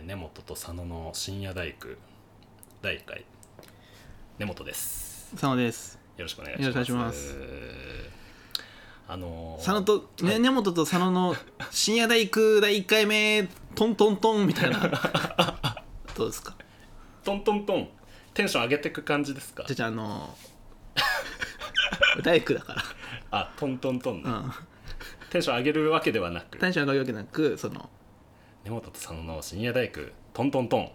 根本と佐野の深夜大工第1回。根本です。 佐野です。 よろしくお願いします。よろしくお願いします。 佐野と、ね、根本と佐野の深夜大工第1回目トントントンみたいなどうですか？ トントントン、テンション上げていく感じですか？ じゃ大工だからあ、トントントンね、 うん、 テンション上げるわけではなく、 テンション上げるわけなく、その根本と佐野の深夜大工トントントン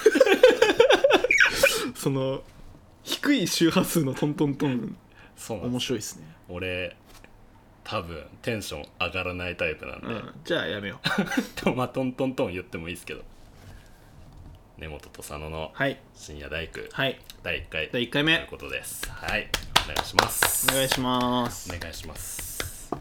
その低い周波数のトントントン、 そう面白いですね。 俺多分テンション上がらないタイプなんで、 じゃあやめようでもまあトントントン言ってもいいですけど、根本と佐野の深夜大工、 はい、 第1回第1回目ということです。はい、お願いします。 お願いします。 お願いします。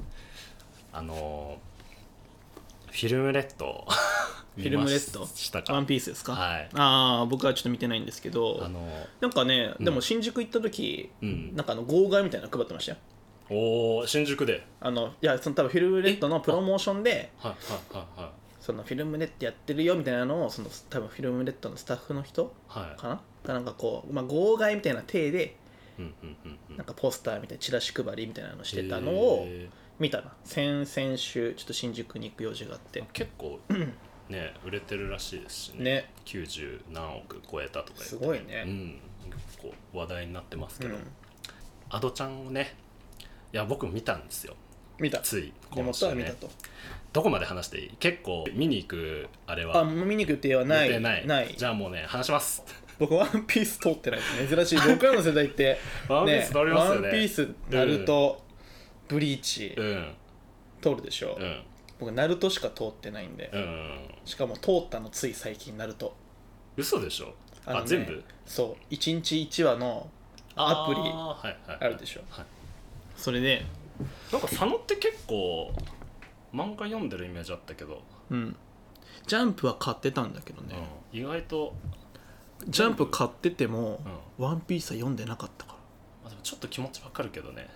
フィルムレッドフィルムレッドしたか？ ワンピースですか？ はい。 ああ、僕はちょっと見てないんですけど、なんかね、でも新宿行った時、なんか号外みたいなの配ってましたよ。 おー、新宿で。 いや、その多分フィルムレッドのプロモーションで、 そのフィルムレッドやってるよみたいなのを、その多分フィルムレッドのスタッフの人かな、がなんかこう、号外みたいな体で、なんかポスターみたいなチラシ配りみたいなのしてたのを見たな。先週ちょっと新宿に行く用事があって、 結構ね売れてるらしいですし ね、90何億超えたとか言って、 すごいね、 結構話題になってますけど、アドちゃんをね、いや僕も見たんですよ。 見た。 つい今週ね。見たと。 どこまで話していい？結構見に行くあれは。 見に行く予定はない。 ない。じゃあもうね話します。 僕ワンピース通ってないです。珍しい。僕らの世代ってワンピース通りますよね。 ワンピース、ナルト、ブリーチ、通るでしょ。僕ナルトしか通ってないんで、しかも通ったのつい最近。ナルト嘘でしょ？全部？ そう、1日1話のアプリあるでしょ。それでなんか佐野って結構漫画読んでるイメージあったけど、 ジャンプは買ってたんだけどね、 意外とジャンプ買ってても、ワンピースは読んでなかったから。 でもちょっと気持ちわかるけどね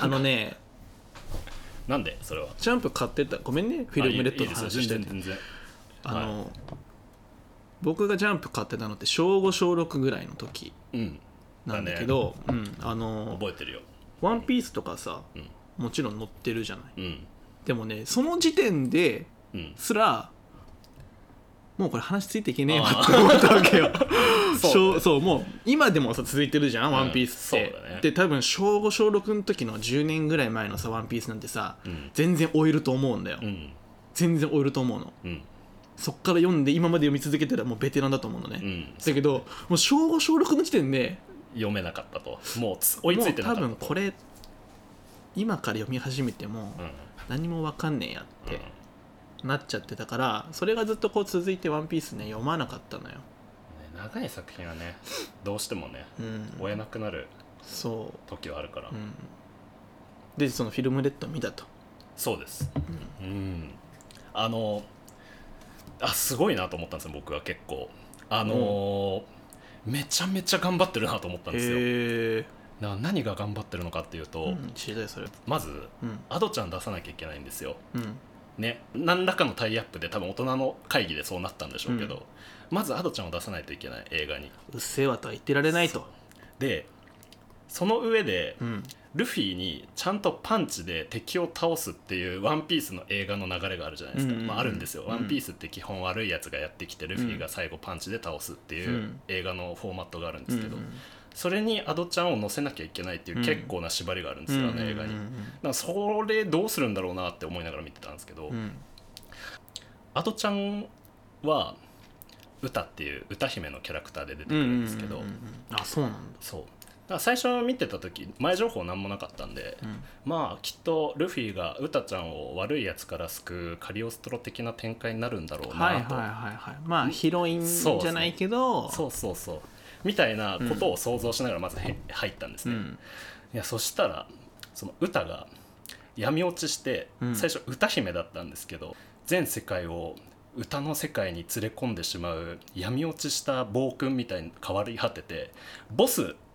なんでそれはジャンプ買ってた。ごめんね、フィルムレッドの話してて。 全然僕がジャンプ買ってたのって小5小6ぐらいの時なんだけど、 覚えてるよ。 ワンピースとかさ、もちろん載ってるじゃない、でもね、その時点ですら、もうこれ話ついていけねえわって思ったわけよそう、もう今でもさ続いてるじゃん、ワンピースって、で多分小5小6の時の10年ぐらい前のさワンピースなんてさ、全然追えると思うんだよ、全然追えると思うの、そっから読んで今まで読み続けたらもうベテランだと思うのね、だけどもう小5小6の時点で読めなかったと、もう追いついてなかったと。 もう多分これ今から読み始めても何も分かんねえやってなっちゃってたから、それがずっとこう続いてワンピースね読まなかったのよ。 長い作品はねどうしてもね、追えなくなる時はあるから。 でそのフィルムレッド見たと。 そうです。すごいなと思ったんですよ僕は。結構めちゃめちゃ頑張ってるなと思ったんですよ。何が頑張ってるのかっていうと、まず、アドちゃん出さなきゃいけないんですよ、何らかのタイアップで多分大人の会議でそうなったんでしょうけど、まずアドちゃんを出さないといけない、映画に。 うっせぇわとは言ってられないと。 でその上で、ルフィにちゃんとパンチで敵を倒すっていうワンピースの映画の流れがあるじゃないですか。あるんですよ。ワンピースって基本悪いやつがやってきて、ルフィが最後パンチで倒すっていう映画のフォーマットがあるんですけど、それにアドちゃんを乗せなきゃいけないっていう結構な縛りがあるんですよ、映画に。だからそれどうするんだろうなって思いながら見てたんですけど、アドちゃんは歌っていう歌姫のキャラクターで出てくるんですけど、 そうなんだ。 そうだから最初見てた時前情報なんもなかったんで、まあきっとルフィが歌ちゃんを悪いやつから救うカリオストロ的な展開になるんだろうなと。 まあヒロインじゃないけど、 そうみたいなことを想像しながらまず入ったんですね、いやそしたらその歌が闇落ちして、最初歌姫だったんですけど、全世界を歌の世界に連れ込んでしまう闇落ちした暴君みたいに変わり果てて、ボス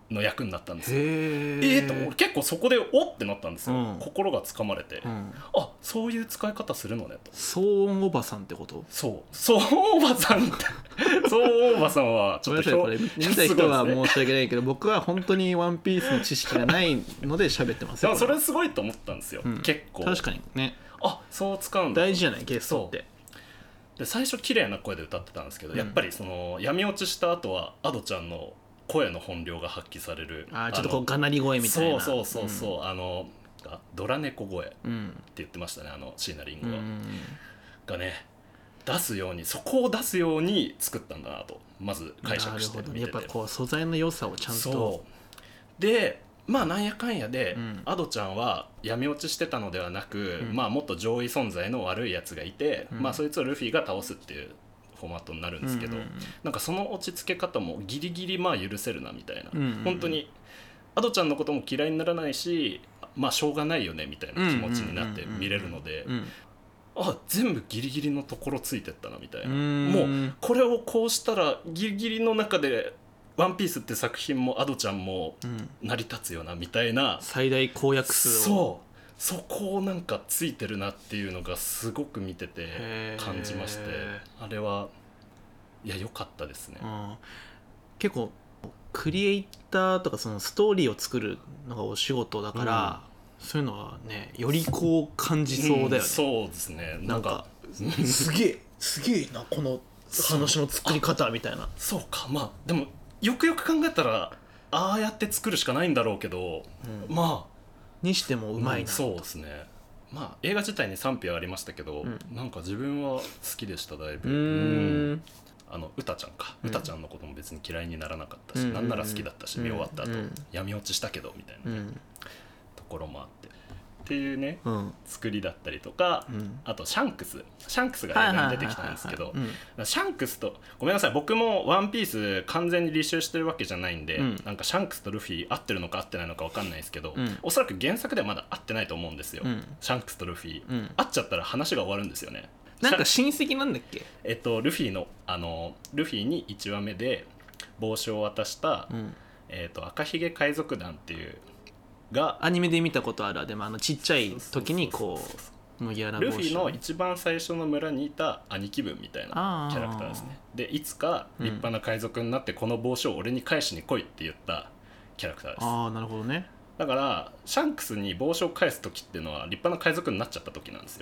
の役になったんですよ。 と俺結構そこでおってなったんですよ、 うん、 心がつかまれて、あ、そういう使い方するのねと。 騒音おばさんってこと？ 騒音おばさんって騒音おばさんはちょっとこれ見た人は申し訳ないけど、僕は本当にワンピースの知識がないので喋ってますよ。 それすごいと思ったんですよ、結構確かにね。 あ、そう使うんだ。 大事じゃない、ゲストって。 で最初綺麗な声で歌ってたんですけど、やっぱりその闇落ちした後はアドちゃんの声の本領が発揮される。 ちょっとこうがなり声みたいな。 そう、ドラ猫声って言ってましたね、椎名林檎は、がね出すように、そこを出すように作ったんだなとまず解釈して見てて、 やっぱこう素材の良さをちゃんと。 でまあなんやかんやで、アドちゃんは闇落ちしてたのではなく、まあもっと上位存在の悪いやつがいて、まあそいつをルフィが倒すっていうフォーマットになるんですけど、なんかその落ち着け方もギリギリまあ許せるなみたいな、本当にアドちゃんのことも嫌いにならないし、まあしょうがないよねみたいな気持ちになって見れるので、あ、全部ギリギリのところついてったなみたいな、もうこれをこうしたらギリギリの中でワンピースって作品もアドちゃんも成り立つよなみたいな、 最大公約数を、 そこをなんかついてるなっていうのがすごく見てて感じまして、あれはいや良かったですね。 結構クリエイターとかそのストーリーを作るのがお仕事だから、そういうのはねよりこう感じそうだよね。 そうですね。なんかすげえなこの話の作り方みたいな。 そうか、まあでもよくよく考えたらああやって作るしかないんだろうけど、まあにしてもうまいな、 そうですね。まあ映画自体に賛否はありましたけど、なんか自分は好きでした。だいぶうたちゃんか、うたちゃんのことも別に嫌いにならなかったし、なんなら好きだったし、見終わった後闇落ちしたけどみたいな、ところもあってっていうね、作りだったりとか、あとシャンクスが映画に出てきたんですけど、シャンクスと、ごめんなさい、僕もワンピース完全に履修してるわけじゃないんで、なんかシャンクスとルフィ合ってるのか合ってないのか分かんないですけど、おそらく原作ではまだ合ってないと思うんですよ、シャンクスとルフィ、合っちゃったら話が終わるんですよね。 なんか親戚なんだっけ？ ルフィに1話目で帽子を渡した、赤ひげ海賊団っていうがアニメで見たことある。でもちっちゃい時にこう麦わら帽子、 ルフィの一番最初の村にいた兄貴分みたいなキャラクターですね。でいつか立派な海賊になってこの帽子を俺に返しに来いって言ったキャラクターです。 なるほどね。 だからシャンクスに帽子を返す時っていうのは立派な海賊になっちゃった時なんですよ。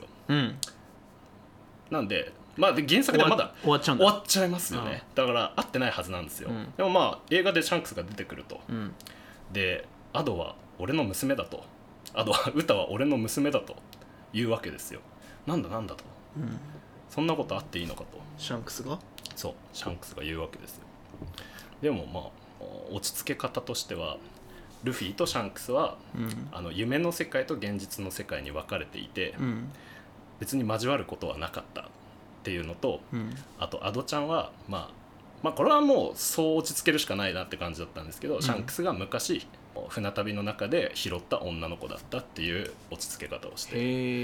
なんでまあで原作でまだ終わっちゃいますよね。だから合ってないはずなんですよ。でもまあ映画でシャンクスが出てくると、でアドは俺の娘だと、歌は俺の娘だというわけですよ。なんだと、そんなことあっていいのかとシャンクスが言うわけですよ。でもまあ落ち着け方としてはルフィとシャンクスは、夢の世界と現実の世界に分かれていて、別に交わることはなかったっていうのと、あとアドちゃんはまあこれはもうそう落ち着けるしかないなって感じだったんですけど、シャンクスが昔船旅の中で拾った女の子だったっていう落ち着け方をして、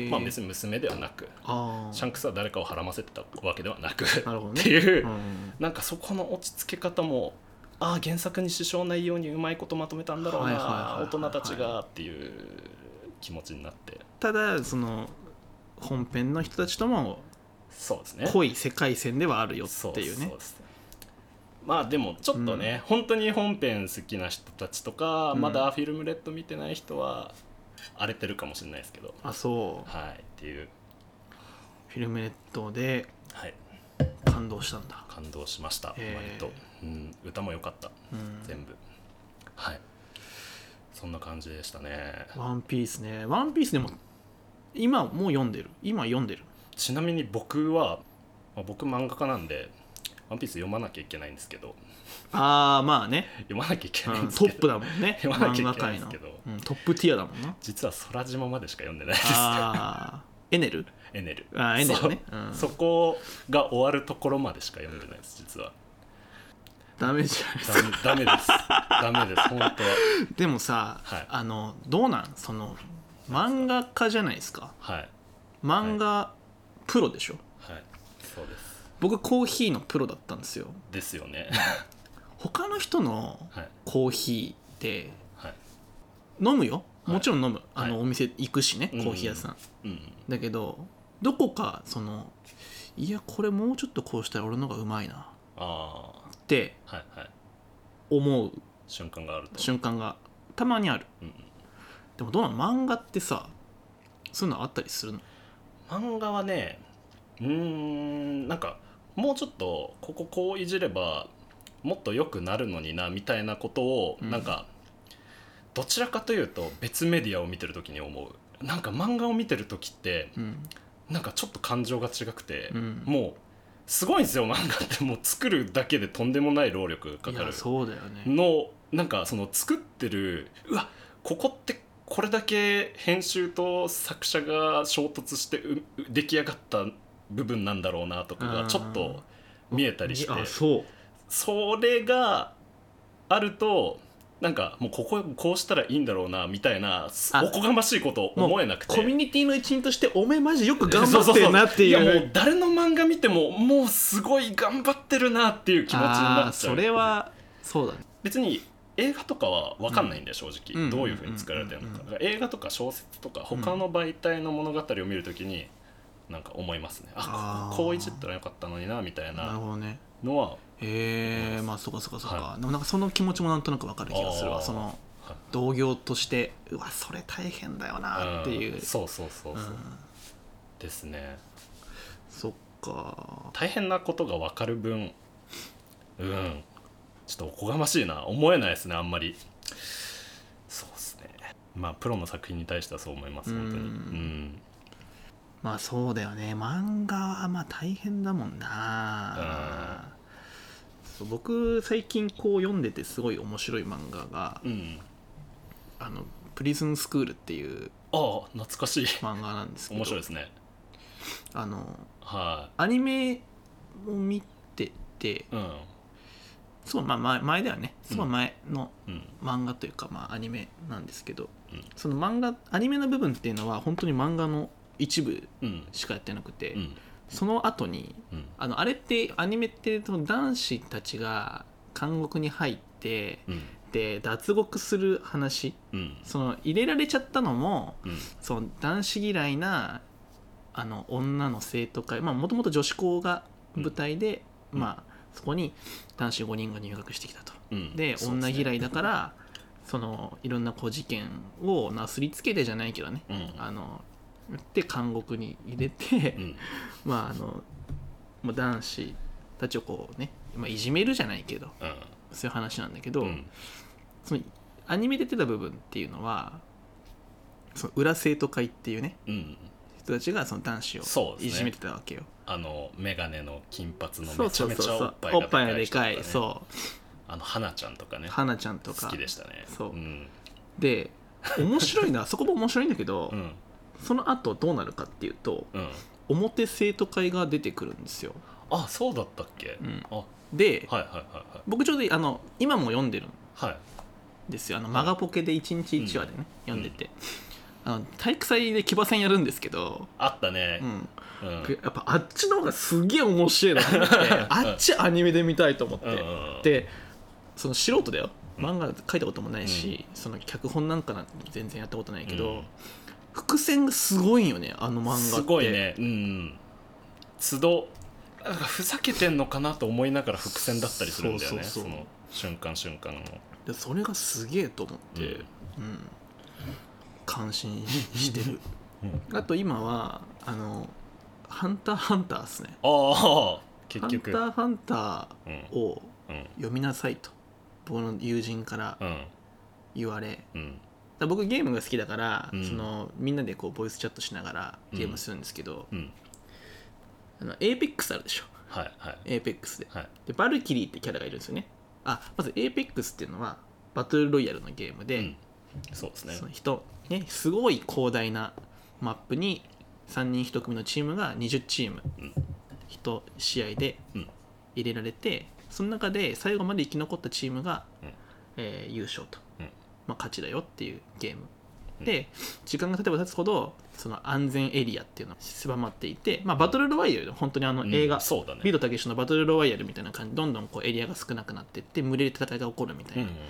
まあ別に娘ではなくシャンクスは誰かをはらませてたわけではなくっていう、なんかそこの落ち着け方も原作に支障ないようにうまいことまとめたんだろうな、大人たちがっていう気持ちになって、 ただその本編の人たちともそうですね、 濃い世界線ではあるよっていうね。 まあでもちょっとね、本当に本編好きな人たちとか、まだフィルムレッド見てない人は荒れてるかもしれないですけど、っていうフィルムレッドで感動したんだ。 感動しました、割と、歌も良かった、全部そんな感じでしたね。 ワンピースね。ワンピースでも今もう読んでる。 ちなみに僕漫画家なんでワンピース読まなきゃいけないんですけど、 まあね、 読まなきゃいけないんですけど、 トップだもんね読まなきゃいけないんですけど、 トップティアだもんな。 実は空島までしか読んでないです。 エネルね、 そこが終わるところまでしか読んでないです。実はダメじゃないですか。 ダメです本当は。 でもさ、どうなん、その漫画家じゃないですか。漫画プロでしょ。 そうです。 僕コーヒーのプロだったんですよ。 ですよね。 他の人のコーヒーって、 はい、 飲むよ、もちろん飲む、 はい、 お店行くしね、コーヒー屋さん、うんうん、だけどどこかいやこれもうちょっとこうしたら俺の方がうまいなって思う瞬間があると、 瞬間がたまにある、うんうん、でもどうなの、漫画ってさそういうのあったりするの？ 漫画はね、なんかもうちょっとこういじればもっと良くなるのになみたいなことを、なんかどちらかというと別メディアを見てる時に思う。なんか漫画を見てる時って、なんかちょっと感情が違くて、もうすごいんですよ、漫画って。もう作るだけでとんでもない労力かかるそうだよねの、なんかその作ってる、うわここってこれだけ編集と作者が衝突して出来上がった部分なんだろうなとかがちょっと見えたりして、それがあるとなんかもうこうしたらいいんだろうなみたいなおこがましいことを思えなくて、 コミュニティの一員としておめえマジよく頑張ってるなっていう、いやもう誰の漫画見てももうすごい頑張ってるなっていう気持ちになっちゃう。 それはそうだね。 別に映画とかは分かんないんだよ、正直、どういう風に作られてるのか。だから映画とか小説とか他の媒体の物語を見るときになんか思いますね。こういじったらよかったのになみたいなのは。 まあそうかそうかそうか、はい、でもなんかその気持ちもなんとなく分かる気がするわ。同業としてうわそれ大変だよなっていう、 そう、ですね。 そっか、 大変なことが分かる分、ちょっとおこがましいな、思えないですね、あんまり。そうですね。まあプロの作品に対してはそう思います、本当に。 まあそうだよね、漫画はまあ大変だもんな。僕最近こう読んでてすごい面白い漫画が、プリズンスクールっていう懐かしい漫画なんですけど、 面白いですね。 アニメを見てて、すごい前だよね、すごい前の漫画というか、まあアニメなんですけど、その漫画アニメの部分っていうのは本当に漫画の一部しかやってなくて、その後に、あれってアニメってその男子たちが監獄に入って、で脱獄する話、その入れられちゃったのも、その男子嫌いな女の生徒会、もともと女子校が舞台で、そこに男子5人が入学してきたと、で女嫌いだからそのいろんな事件をなすりつけてじゃないけどね、で監獄に入れて、男子たちをこうね、いじめるじゃないけど、そういう話なんだけど、そのアニメで出てた部分っていうのはその裏生徒会っていうね、人たちがその男子をいじめてたわけよ。 メガネの金髪のめちゃめちゃおっぱいがでかい人とかね、花ちゃんとかね、 花ちゃんとか好きでしたね。 で面白いなそこも面白いんだけど、その後どうなるかっていうと、表生徒会が出てくるんですよ。 そうだったっけ。 で、僕ちょうど今も読んでるんですよ。マガポケで1日1話でね、読んでて、体育祭で騎馬戦やるんですけど、 あったね、 やっぱあっちの方がすげえ面白いなと思ってあっちアニメで見たいと思って、でその素人だよ、漫画書いたこともないし、その脚本なんか全然やったことないけど、伏線がすごいんよね、あの漫画って。 すごいね。都度なんかふざけてんのかなと思いながら伏線だったりするんだよね、その瞬間瞬間の。 でそれがすげえと思って、感心してる。あと今はハンターハンターですね。 結局ハンターハンターを読みなさいと、僕の友人から言われ、僕ゲームが好きだから、そのみんなでこうボイスチャットしながらゲームするんですけど、エーペックスあるでしょ、エーペックスで、でバルキリーってキャラがいるんですよね。まずエーペックスっていうのはバトルロイヤルのゲームで、 そうですね、 そのすごい広大なマップに3人1組のチームが20チーム1試合で入れられて、その中で最後まで生き残ったチームが、優勝と、勝ちだよっていうゲームで、時間が経てば経つほどその安全エリアっていうのが狭まっていて、バトルロワイヤルで本当に映画、ビートたけしのバトルロワイヤルみたいな感じでどんどんこうエリアが少なくなっていって群れる戦いが起こるみたいな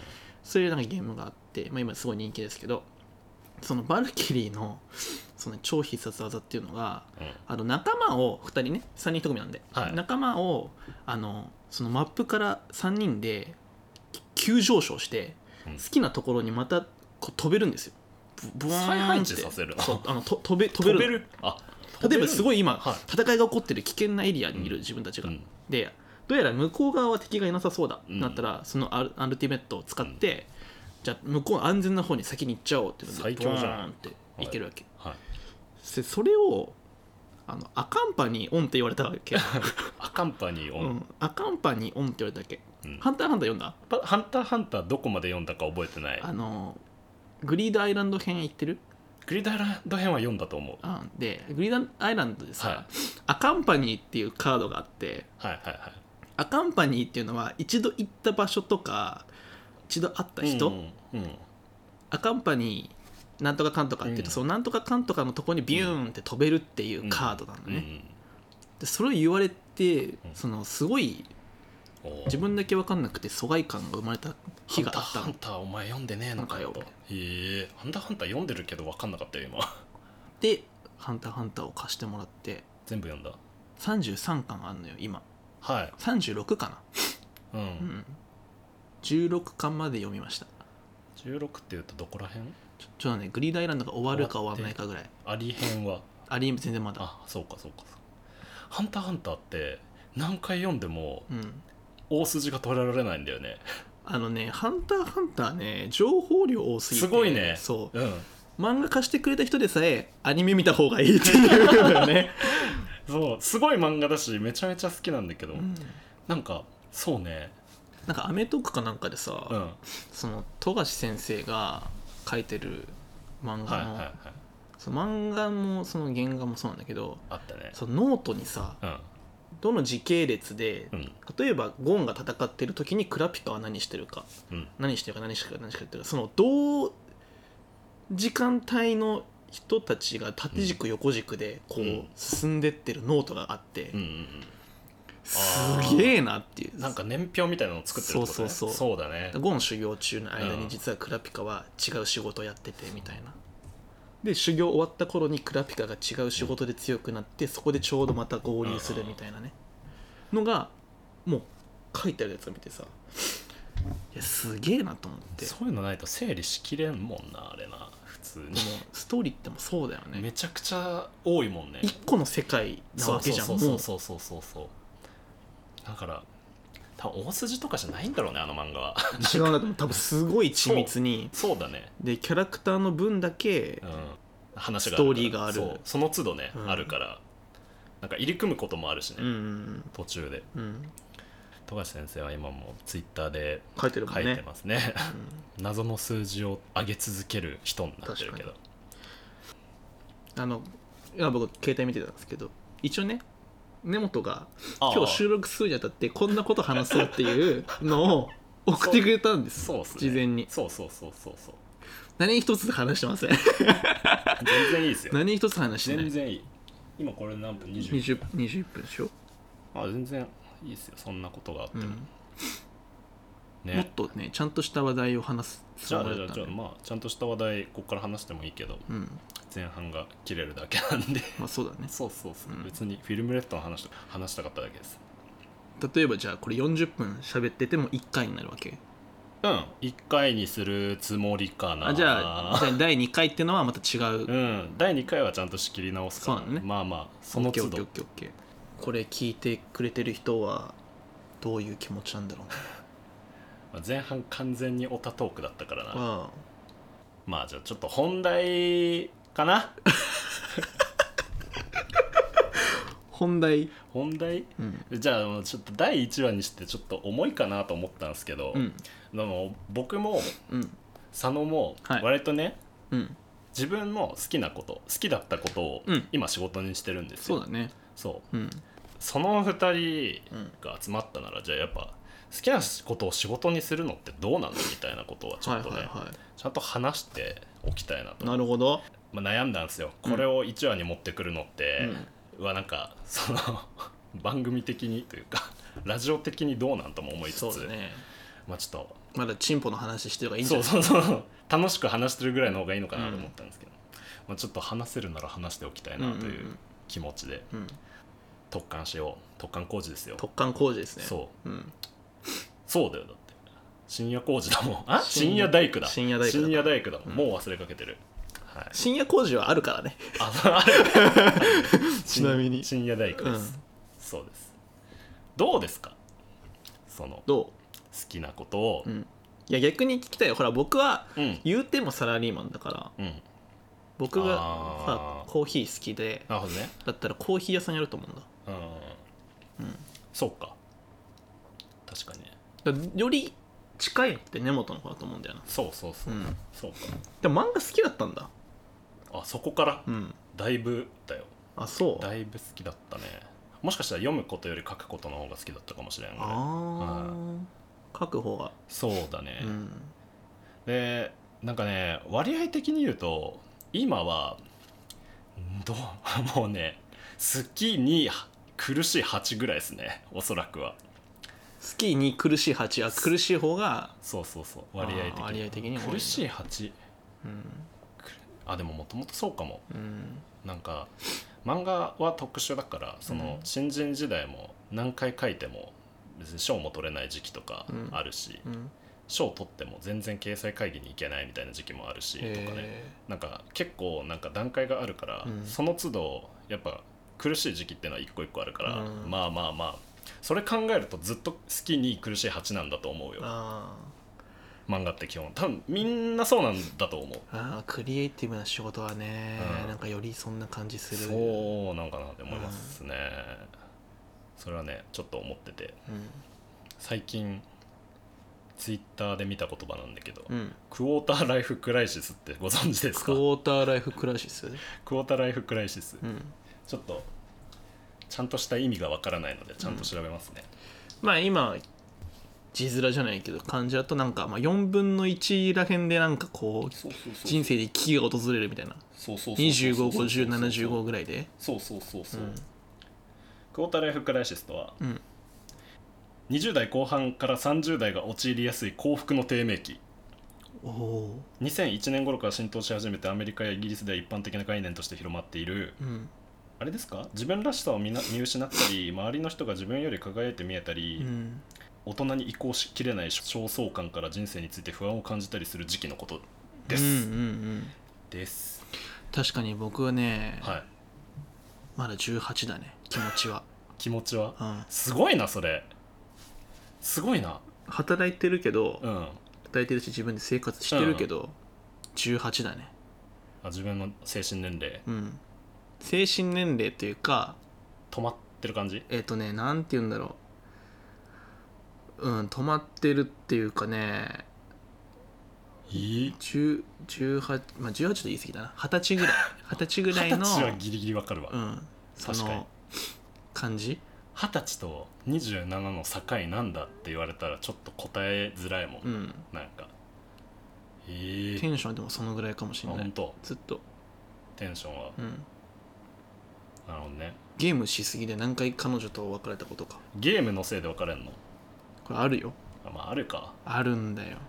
そういうなんかゲームがあって、今すごい人気ですけど、そのバルキリーのその超必殺技っていうのが、仲間を2人ね、3人1組なんで、仲間をそのマップから3人で急上昇して、好きなところにまたこう飛べるんですよ。 ブワーンって再配置させる。 そう飛べる。例えばすごい今、戦いが起こってる危険なエリアにいる自分たちが、でどうやら向こう側は敵がいなさそうだ、なったらそのアルティメットを使って、じゃあ向こう安全な方に先に行っちゃおうっていうので最強じゃんっていけるわけ、それをアカンパニーオンって言われたわけアカンパニーオン、 アカンパニーオンって言われたわけ、ハンターハンター読んだ？ ハンターハンターどこまで読んだか覚えてない。 グリードアイランド編行ってる？ グリードアイランド編は読んだと思う。 でグリードアイランドでさ、アカンパニーっていうカードがあって、アカンパニーっていうのは一度行った場所とか一度会った人、アカンパニーなんとかかんとかっていうと、そのなんとかかんとかのとこにビューンって飛べるっていうカードなのね、でそれを言われて、そのすごい自分だけ分かんなくて疎外感が生まれた日があったの。 ハンターお前読んでねえのかよと。ハンターハンター読んでるけど分かんなかったよ今。でハンターハンターを貸してもらって全部読んだ。 33巻あるのよ今。36かな。16巻まで読みました。 16っていうとどこら辺？ ちょっとね、グリードアイランドが終わるか終わらないかぐらい。 アリ編は？ アリ全然まだ。 そうか。ハンターハンターって何回読んでも大筋が取られないんだよね。 ハンターハンターね、情報量多すぎて。 すごいね。 そう。漫画貸してくれた人でさえアニメ見た方がいいっていうのよね。 そう、すごい漫画だしめちゃめちゃ好きなんだけど、なんかそうね、 なんかアメトーークかなんかでさ、その富樫先生が書いてる漫画の、その漫画もその原画もそうなんだけど、 あったね、 そのノートにさ、どの時系列で、例えばゴンが戦ってる時にクラピカは何してるか、何してるか何してるか、その同時間帯の人たちが縦軸横軸でこう進んでってるノートがあって、すげえなっていう、 なんか年表みたいなのを作ってるってことね。そうだね。 ゴン修行中の間に実はクラピカは違う仕事をやっててみたいな。で修行終わった頃にクラピカが違う仕事で強くなって、そこでちょうどまた合流するみたいなねのがもう書いてあるやつを見てさ、いやすげえなと思って。 そういうのないと整理しきれんもんな、あれな。普通に。 でもストーリーってもそうだよね。 めちゃくちゃ多いもんね。 一個の世界なわけじゃん。 そうだから多分大筋とかじゃないんだろうね、あの漫画は。 違うんだと思う。多分すごい緻密に。 そうだね。 でキャラクターの分だけ、 話がストーリーがある。 その都度ね、あるからなんか入り組むこともあるしね、途中で。富樫先生は今もツイッターで書いてますね。謎の数字を上げ続ける人になってるけど、 今僕携帯見てたんですけど、一応ね根本が今日収録するにあたってこんなこと話そうっていうのを送ってくれたんです。事前に。そう何一つ話してません。全然いいですよ。 何一つ話してない。 全然いい。今これ何分 ？21分でしょ。 全然いいですよ、そんなことがあっても、 もっとねちゃんとした話題を話す。 じゃあちゃんとした話題ここから話してもいいけど、前半が切れるだけなんで。 そうだね。 そう、別にフィルムレッドの話したかっただけです。 例えばじゃあこれ40分喋ってても1回になるわけ？ 1回にするつもりかな。 じゃあ第2回ってのはまた違う。 第2回はちゃんと仕切り直すから。そうだね。その都度。 これ聞いてくれてる人はどういう気持ちなんだろうね。 前半完全にオタトークだったからな。じゃあちょっと本題かな。本題、じゃあちょっと第1話にしてちょっと重いかなと思ったんですけど、でも僕も、佐野も割とね、自分の好きだったことを今仕事にしてるんですよ。 そうだね。 その2人が集まったなら、じゃあやっぱ好きなことを仕事にするのってどうなのみたいなことはちょっとね、ちゃんと話しておきたいなと。 なるほど。 悩んだんですよ。これを1話に持ってくるのって、なんかその番組的にというかラジオ的にどうなんとも思いつつ、ちょっとまだチンポの話してる方がいいんじゃない？ そうそうそう楽しく話してるぐらいの方がいいのかなと思ったんですけど、まあ、ちょっと話せるなら話しておきたいなという気持ちで、特貫しよう。特貫工事ですよ。 特貫工事ですね。 そう、そうだよ。だって深夜工事だもん。深夜大工だ。 深夜大工だ。 もう忘れかけてる、はい、 深夜工事はあるからね。 あるちなみに深夜大工です、そうです。どうですか、そのどう好きなことを、 いや逆に聞きたいよ。ほら僕は言うてもサラリーマンだから、僕がさコーヒー好きで、 なるほどね、 だったらコーヒー屋さんやると思うんだ。 そうか、確かにね。 だより近いのって根本の方だと思うんだよな。 そうそう、そうか。 でも漫画好きだったんだ。 そこから、だいぶだよ。 そうだいぶ好きだったね。もしかしたら読むことより書くことの方が好きだったかもしれんぐらい。 書く方がそうだね、でなんかね割合的に言うと今はもうね好きに苦しい8ぐらいですね、おそらくは。 好きに苦しい8、苦しい方がそう割合的に苦しい8、でももともとそうかも、なんか漫画は特殊だから、その新人時代も何回書いても別に賞も取れない時期とかあるし、賞取っても全然掲載会議に行けないみたいな時期もあるしとかね、なんか結構なんか段階があるから、その都度やっぱ苦しい時期っていうのは一個一個あるから、まあそれ考えるとずっと好きに苦しい8なんだと思うよ。漫画って基本多分みんなそうなんだと思う。 クリエイティブな仕事はね、なんかよりそんな感じする。 そうなんかなって思いますね、それはねちょっと思ってて、最近ツイッターで見た言葉なんだけど、クォーターライフクライシスってご存知ですか？ クォーターライフクライシスクォーターライフクライシス、ちょっとちゃんとした意味がわからないのでちゃんと調べますね、 まあ今字面じゃないけど漢字だとなんか4分の1らへんでなんかこう人生で危機が訪れるみたいな、25、50、75ぐらいで、 そう、クォーターライフクライシスとは、20代後半から30代が陥りやすい幸福の低迷期。2001年頃から浸透し始めてアメリカやイギリスでは一般的な概念として広まっている、あれですか、自分らしさを見失ったり周りの人が自分より輝いて見えたり、大人に移行しきれない焦燥感から人生について不安を感じたりする時期のことです、です。 確かに僕はね、まだ18だね、気持ちは、 すごいな、それすごいな。 働いてるけど、働いてるし自分で生活してるけど、18だね。 自分の精神年齢、 精神年齢というか止まってる感じ。 なんて言うんだろう、止まってるっていうかね、18、まあ18と言い過ぎだな、20歳ぐらいの 20歳はギリギリわかるわ、 その感じ。 20歳と27の境なんだって言われたらちょっと答えづらいもん、なんかテンションでもそのぐらいかもしれない。 本当ずっとテンションは、なるほどね。 ゲームしすぎで何回彼女と別れたことか。 ゲームのせいで別れんの？ これあるよ。 あるか。 あるんだよ。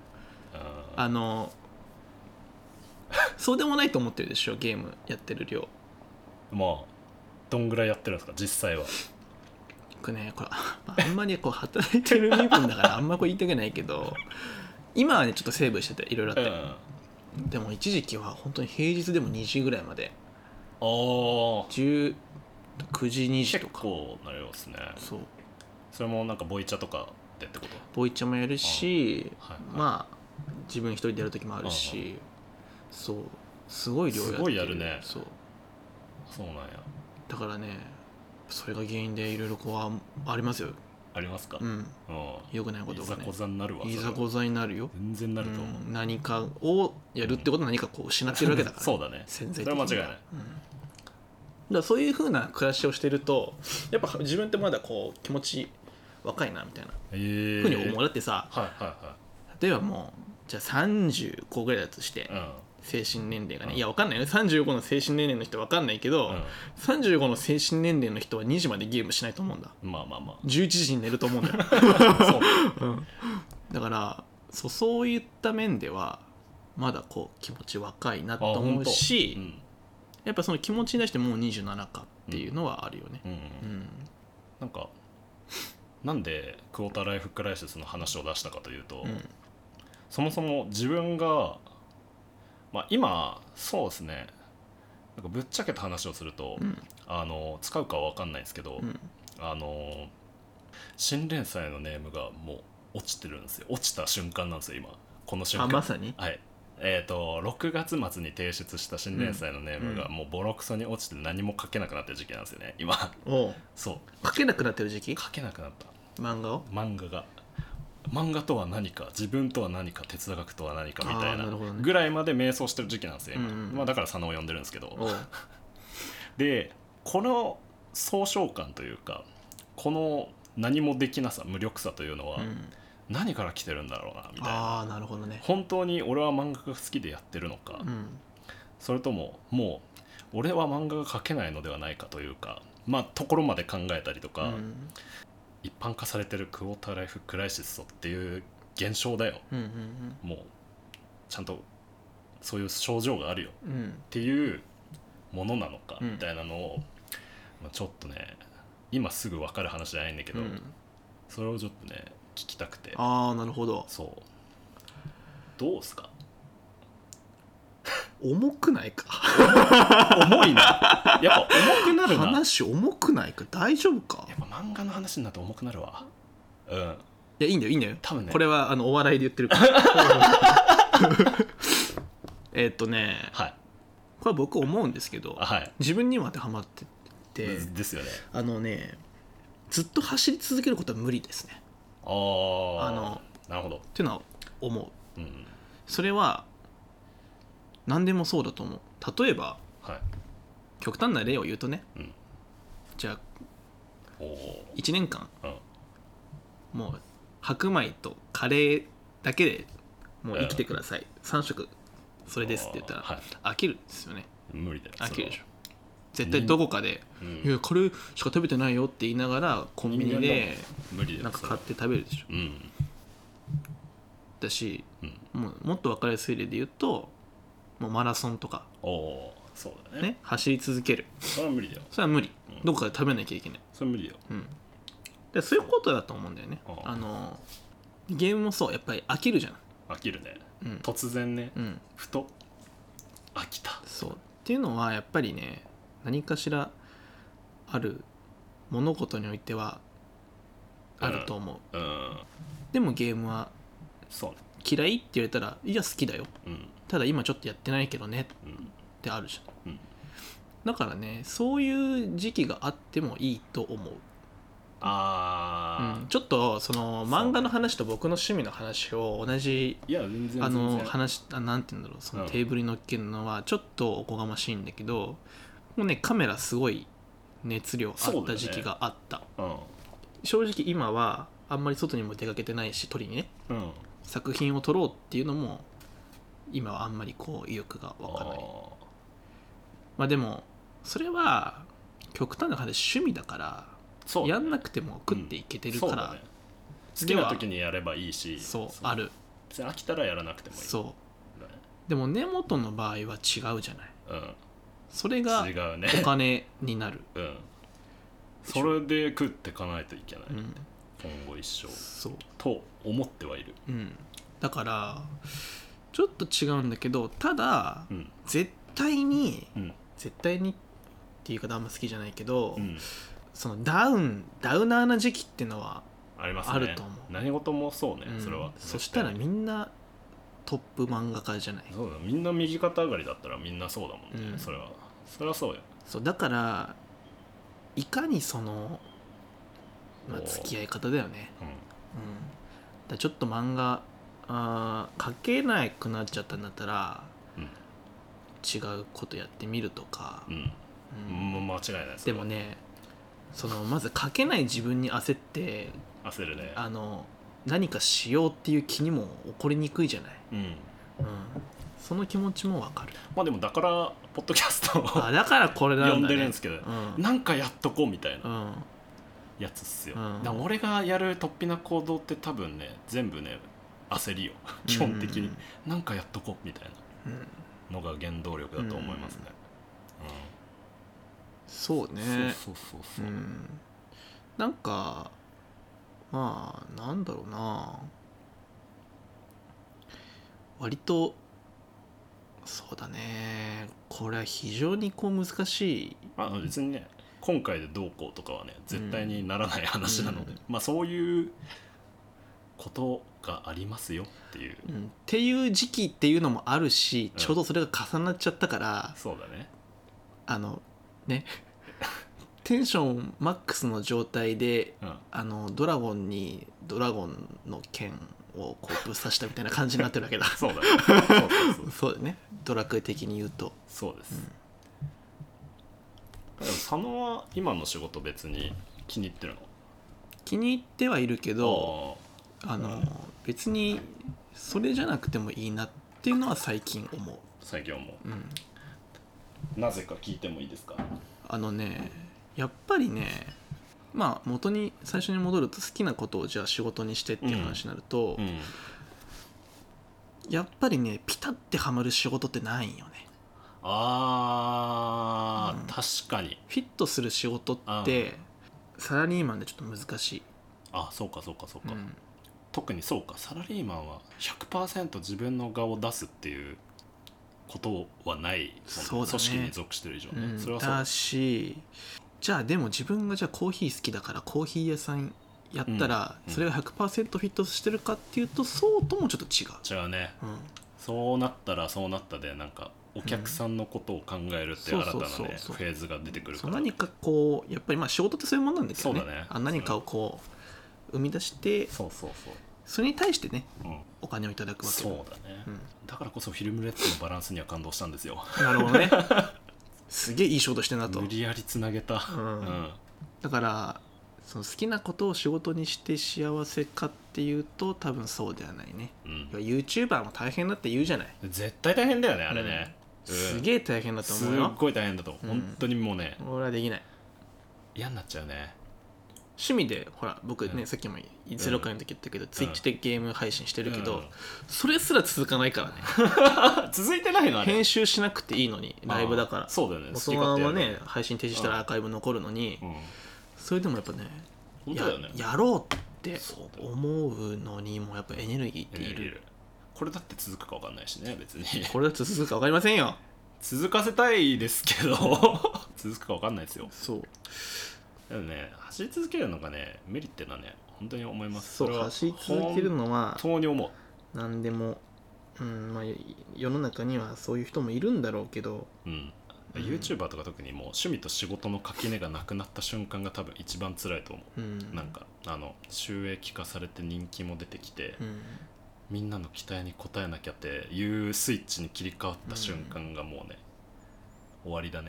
そうでもないと思ってるでしょ、ゲームやってる量。 どんぐらいやってるんですか実際は。 これあんまり働いてる身分だからあんま言いたくないけど、今はねちょっとセーブしてていろいろあって、でも一時期は本当に平日でも2時ぐらいまで、9時2時とか結構な量ですね。 そう、 それもなんかボイチャとかでってこと？ ボイチャもやるし、まあ自分一人でやる時もあるし、そうすごい量やってる。 すごいやるね。そうなんや。 だからね、それが原因でいろいろありますよ。 ありますか？ 良くないことがね。 いざこざになるわ。 いざこざになるよ。 全然なると思う。 何かをやるってことは何か失ってるわけだから。 そうだね。 潜在的に。 それは間違いない。 だからそういう風な暮らしをしてると、やっぱ自分ってまだ気持ち若いなみたいなふうに思う。だってさ、例えばもうじゃあ35ぐらいだとして、精神年齢がね、いや分かんないよ、35の精神年齢の人分かんないけど、35の精神年齢の人は2時までゲームしないと思うんだ。11時に寝ると思うんだよ。だからそういった面ではまだこう気持ち若いなと思うし、やっぱその気持ちに対してもう27かっていうのはあるよね。 なんかなんでクォーターライフクライシスの話を出したかというと、そもそも自分が、今そうですね、なんかぶっちゃけた話をすると、使うかは分かんないですけど、新連載のネームがもう落ちてるんですよ。落ちた瞬間なんですよ今この瞬間。 まさに、 はい。6月末に提出した新連載のネームがもうボロクソに落ちて何も書けなくなってる時期なんですよね今。そう書けなくなってる時期。 書けなくなった。 漫画とは何か、自分とは何か、哲学とは何かみたいなぐらいまで迷走してる時期なんですよ今。だから佐野を呼んでるんですけどでこの総称感というか、この何もできなさ、無力さというのは、何から来てるんだろうなみたいな。 なるほどね。 本当に俺は漫画が好きでやってるのか、それとももう俺は漫画が描けないのではないかというか、ところまで考えたりとか、一般化されてるクォーターライフクライシスっていう現象だよ、もうちゃんとそういう症状があるよっていうものなのかみたいなのを、ちょっとね今すぐ分かる話じゃないんだけど、それをちょっとね聞きたくて。 なるほど。 そうどうすか重くないか重いなやっぱ重くなるな。 話重くないか。大丈夫か。 やっぱ漫画の話になって重くなるわ。 いやいいんだよ多分ね、 これはお笑いで言ってるからはい、 これは僕思うんですけど、自分にも当てはまっててですよね。 ずっと走り続けることは無理ですね。 なるほどっていうのは思う、それは何でもそうだと思う。例えば、極端な例を言うとね、じゃあ1年間、もう白米とカレーだけでもう生きてください、3食それですって言ったら、飽きるんですよね。 無理だよ。 飽きるでしょ。絶対どこかで、いやカレーしか食べてないよって言いながらコンビニでなんか買って食べるでしょ。だし、もっと分かりやすい例で言うと、もうマラソンとか、 そうだね、 走り続ける。 それは無理だよ。 それは無理、どこかで食べなきゃいけない。 それ無理よ。 でそういうことだと思うんだよね。ゲームもそう、やっぱり飽きるじゃん。 飽きるね、突然ね、ふと飽きた。 そうっていうのはやっぱりね、何かしらある物事においてはあると思う、でもゲームは嫌いって言われたら、いや好きだよ、ただ今ちょっとやってないけどねってあるじゃん、だからね、そういう時期があってもいいと思う。ちょっとその漫画の話と僕の趣味の話を同じ話なんて言うんだろう、そのテーブルに乗っけるのはちょっとおこがましいんだけど、もうねカメラすごい熱量あった時期があった、正直今はあんまり外にも出かけてないし、撮りにね、作品を撮ろうっていうのも今はあんまりこう意欲が湧かない。でもそれは極端な話趣味だから、やんなくても食っていけてるから、 好きな時にやればいいし、 ある。 別に飽きたらやらなくてもいい。 でも根本の場合は違うじゃない、それがお金になる、 それで食っていかないといけない、今後一生と思ってはいる、 だからちょっと違うんだけど、ただ、絶対にっていう言い方あんま好きじゃないけど、そのダウナーな時期っていうのはあると思う。 何事もそうね、それは。 そしたらみんなトップ漫画家じゃない。 そうだ、みんな右肩上がりだったらみんなそうだもんね、それはそうよ。 だからいかにその、付き合い方だよね。だちょっと漫画描けなくなっちゃったんだったら、違うことやってみるとか、 間違いないです。 でもね、まず描けない自分に焦るね、 何かしようっていう気にも起こりにくいじゃない、その気持ちも分かる。 でもだからポッドキャストをだからこれなんだ、ね、 呼んでるんですけど、なんかやっとこうみたいなやつっすよ、だから俺がやる突飛な行動って多分ね全部ね焦りよ基本的に、なんかやっとこうみたいなのが原動力だと思いますね。 そうね。 そう、 なんかまあなんだろうな、割とそうだね、これは非常にこう難しい。 別にね今回でどうこうとかはね絶対にならない話なので、そういうことがありますよっていう、 っていう時期っていうのもあるし、ちょうどそれが重なっちゃったから、 そうだねねテンションマックスの状態で、ドラゴンの剣をこうぶっ刺したみたいな感じになってるわけだそうだねそうだね、ドラクエ的に言うとそうです、でも佐野は今の仕事別に気に入ってるの？ 気に入ってはいるけど別にそれじゃなくてもいいなっていうのは最近思う。 なぜか聞いてもいいですか？ やっぱりね、元に最初に戻ると、好きなことをじゃあ仕事にしてっていう話になると、やっぱりねピタッてハマる仕事ってないんよね。 確かにフィットする仕事ってサラリーマンでちょっと難しい。 そうか、特にそうか、サラリーマンは 100% 自分の顔を出すっていうことはない、 そうだね、 組織に属してる以上ね、それはそうだし、じゃあでも自分がじゃあコーヒー好きだからコーヒー屋さんやったら、それが 100% フィットしてるかっていうと、そうともちょっと違うね、そうなったらそうなったで、なんかお客さんのことを考えるっていう新たなねフェーズが出てくるから、 何かこうやっぱり仕事ってそういうもんなんだけどね、何かをこう生み出して、それに対してね、お金をいただくわけ。 そうだね、だからこそフィルムレッドのバランスには感動したんですよ。 なるほどねすげえいい仕事してるなと、 無理やりつなげた、 だからその好きなことを仕事にして幸せかっていうと多分そうではないね、YouTuber も大変だって言うじゃない。 絶対大変だよねあれね、 すげえ大変だと思うよ。 すっごい大変だと思う、本当にもうね俺はできない、 嫌になっちゃうね。 趣味でほら僕ね、さっきも0回の時言ったけど、Twitch でゲーム配信してるけど、それすら続かないからね続いてないのあれ。 編集しなくていいのに、ライブだから。 そうだよね、 そのままね配信停止したらアーカイブ残るのに、それでもやっぱね、やろうって思うのにもやっぱエネルギーっている。 これだって続くか分かんないしね、別にこれだって続くか分かりませんよ。 続かせたいですけど続くか分かんないですよ。 そうでもね、走り続けるのがねメリってのはね本当に思います。 そう、走り続けるのは本当に思う。 何でも、世の中にはそういう人もいるんだろうけど、 YouTuber とか特にもう趣味と仕事の垣根がなくなった瞬間が多分一番辛いと思う、なんか収益化されて人気も出てきて、みんなの期待に応えなきゃっていうスイッチに切り替わった瞬間がもうね、終わりだね、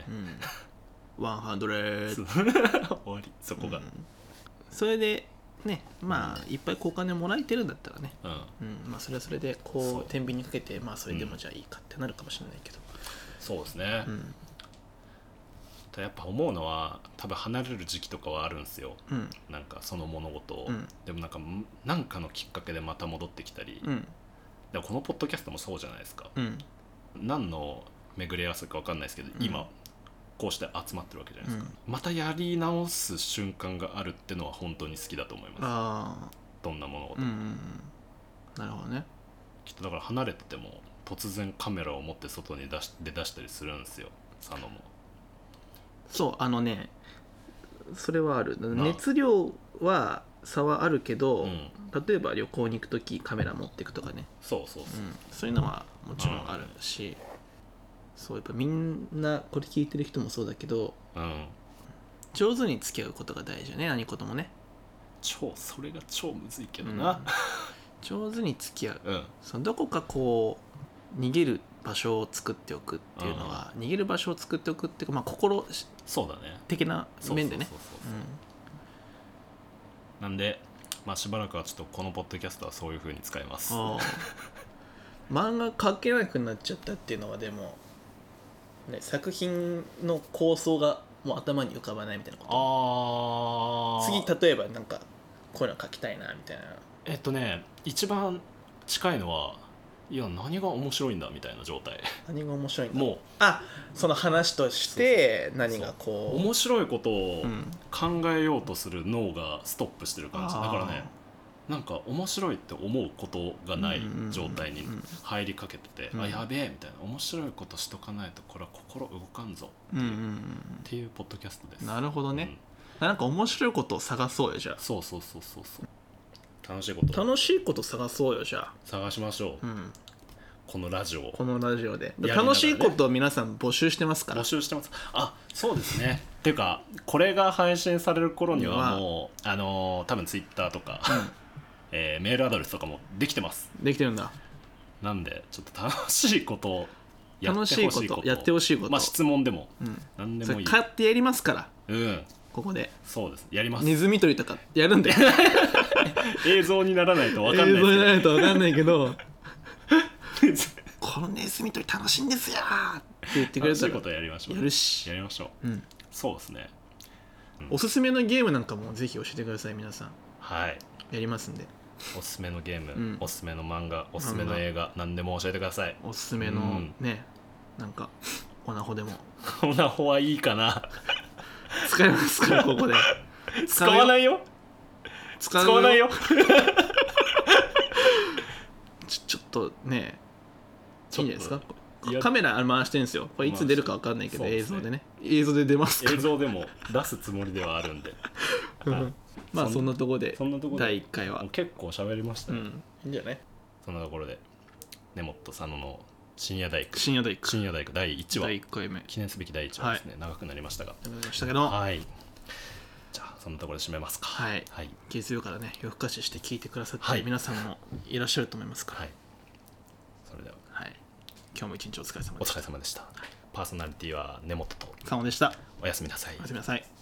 100 終わり、そこが、 それでね、いっぱいお金もらえてるんだったらね、それはそれでこう天秤にかけて、それでもじゃあいいかってなるかもしれないけど、 そうですね、やっぱ思うのは多分離れる時期とかはあるんですよ、なんかその物事を、でもなんかのきっかけでまた戻ってきたり、でもこのポッドキャストもそうじゃないですか、何の巡り合わせか分かんないですけど、今こうして集まってるわけじゃないですか、またやり直す瞬間があるってのは本当に好きだと思います。どんな物事も、 なるほどね。 きっとだから離れてても突然カメラを持って外に出したりするんですよ、佐野も。 そうそれはある。熱量は差はあるけど、例えば旅行に行く時カメラ持っていくとかね、そういうのはもちろんあるし、そうやっぱみんなこれ聞いてる人もそうだけど、上手に付き合うことが大事よね、何事もね。 それが超むずいけどな、 上手に付き合う、そのどこかこう逃げる場所を作っておくっていうのは、逃げる場所を作っておくっていうか、心的な面でね。 なんで、しばらくはちょっとこのポッドキャストはそういう風に使います。 漫画描けなくなっちゃったっていうのはでも、作品の構想がもう頭に浮かばないみたいなこと。次例えばなんかこういうの描きたいなみたいな。 一番近いのはいや何が面白いんだみたいな状態。 何が面白いんだ。 もうその話として何がこう面白いことを考えようとする脳がストップしてる感じ、だからねなんか面白いって思うことがない状態に入りかけてて、あやべえみたいな、面白いことしとかないとこれは心動かんぞっていうポッドキャストです。 なるほどね、なんか面白いことを探そうよじゃあ。 そう楽しいこと探そうよじゃあ。 探しましょう、このラジオで楽しいことを皆さん募集してますから。 募集してます。そうですねっていうかこれが配信される頃にはもう多分ツイッターとか、メールアドレスとかもできてます。 できてるんだ。 なんでちょっと楽しいことをやってほしいことやってほしいこと、 質問でも、何でもいい。 買ってやりますから、ここで。 そうです、やります。 ネズミ捕りとかやるんで映像にならないと分かんない映像にならないと分かんないけどこのネズミ捕り楽しいんですよって言ってくれたら楽しいことやりましょう。 やるし、 やりましょう、そうですね、 おすすめのゲームなんかもぜひ教えてください皆さん。 はいやりますんで。 おすすめのゲーム、おすすめの漫画、おすすめの映画、何でも教えてください。 おすすめのね、なんかオナホでも。 オナホはいいかな使いますからここで使わないよ使わないよちょっとねいいんじゃないですか。カメラ回してるんですよ。これいつ出るか分かんないけど、映像でね、映像で出ますから。 映像でも出すつもりではあるんでまあそんなところで第1回は結構喋りましたね。 いいんじゃない。 そんなところで根本佐野の深夜大工第1話、 第1回目記念すべき第1話ですね、長くなりましたが、 はい、 じゃあそんなところで締めますか。 はい、月曜からね夜更かしして聞いてくださってる皆さんもいらっしゃると思いますから、それでは、今日も一日お疲れ様でした。 パーソナリティは根本と佐野でした。 おやすみなさい。 おやすみなさい。